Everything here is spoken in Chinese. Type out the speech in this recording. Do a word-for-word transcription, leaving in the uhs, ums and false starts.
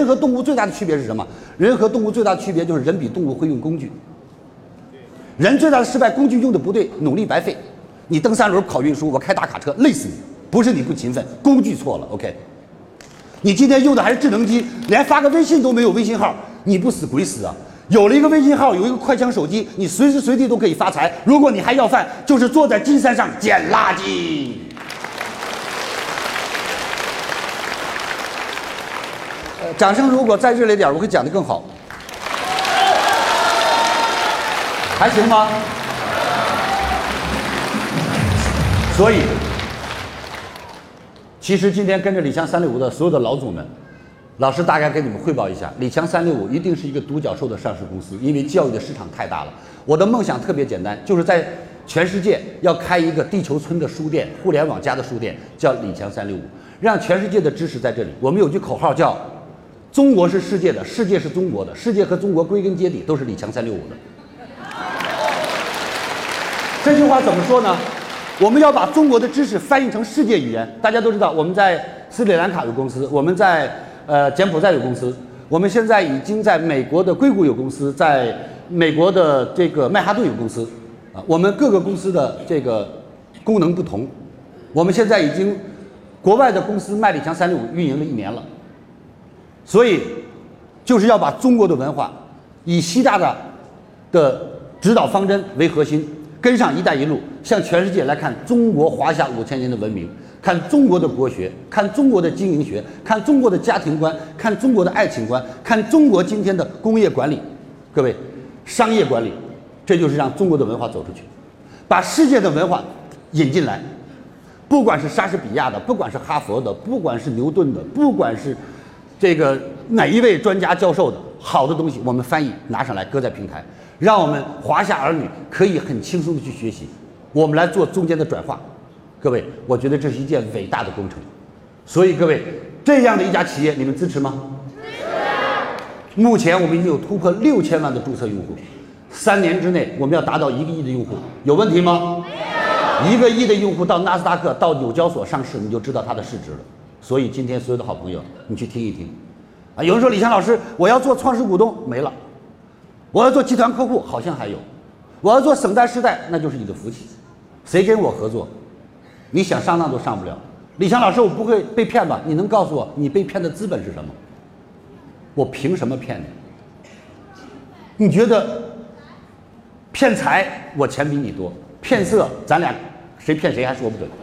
人和动物最大的区别是什么？人和动物最大的区别就是人比动物会用工具。人最大的失败，工具用的不对，努力白费。你蹬三轮跑运输，我开大卡车，累死你。不是你不勤奋，工具错了。OK， 你今天用的还是智能机，连发个微信都没有微信号，你不死鬼死啊！有了一个微信号，有一个快枪手机，你随时随地都可以发财。如果你还要饭，就是坐在金山上捡垃圾。呃，掌声如果再热烈点，我会讲得更好。还行吗？所以，其实今天跟着李强三六五的所有的老总们，老师大概跟你们汇报一下，李强三六五一定是一个独角兽的上市公司，因为教育的市场太大了。我的梦想特别简单，就是在全世界要开一个地球村的书店，互联网加的书店，叫李强三六五，让全世界的知识在这里。我们有句口号叫“中国是世界的，世界是中国的，世界和中国归根结底都是李强三六五的”。这句话怎么说呢？我们要把中国的知识翻译成世界语言。大家都知道，我们在斯里兰卡有公司，我们在呃柬埔寨有公司，我们现在已经在美国的硅谷有公司，在美国的这个曼哈顿有公司啊。我们各个公司的这个功能不同。我们现在已经国外的公司卖李强三六五运营了一年了，所以就是要把中国的文化以习大大的指导方针为核心。跟上“一带一路”，向全世界来看中国华夏五千年的文明，看中国的国学，看中国的经营学，看中国的家庭观，看中国的爱情观，看中国今天的工业管理，各位，商业管理，这就是让中国的文化走出去，把世界的文化引进来。不管是莎士比亚的，不管是哈佛的，不管是牛顿的，不管是这个哪一位专家教授的，好的东西我们翻译拿上来，搁在平台。让我们华夏儿女可以很轻松的去学习，我们来做中间的转化。各位，我觉得这是一件伟大的工程。所以各位，这样的一家企业，你们支持吗？支持。目前我们已经有突破六千万的注册用户，三年之内我们要达到一个亿的用户，有问题吗？没有。一个亿的用户到纳斯达克、到纽交所上市，你就知道它的市值了。所以今天所有的好朋友，你去听一听。啊，有人说李强老师，我要做创始股东，没了。我要做集团客户，好像还有；我要做省代世代，那就是你的福气。谁跟我合作，你想上当都上不了。李强老师，我不会被骗吧？你能告诉我你被骗的资本是什么？我凭什么骗你？你觉得骗财，我钱比你多；骗色，咱俩谁骗谁还说不准。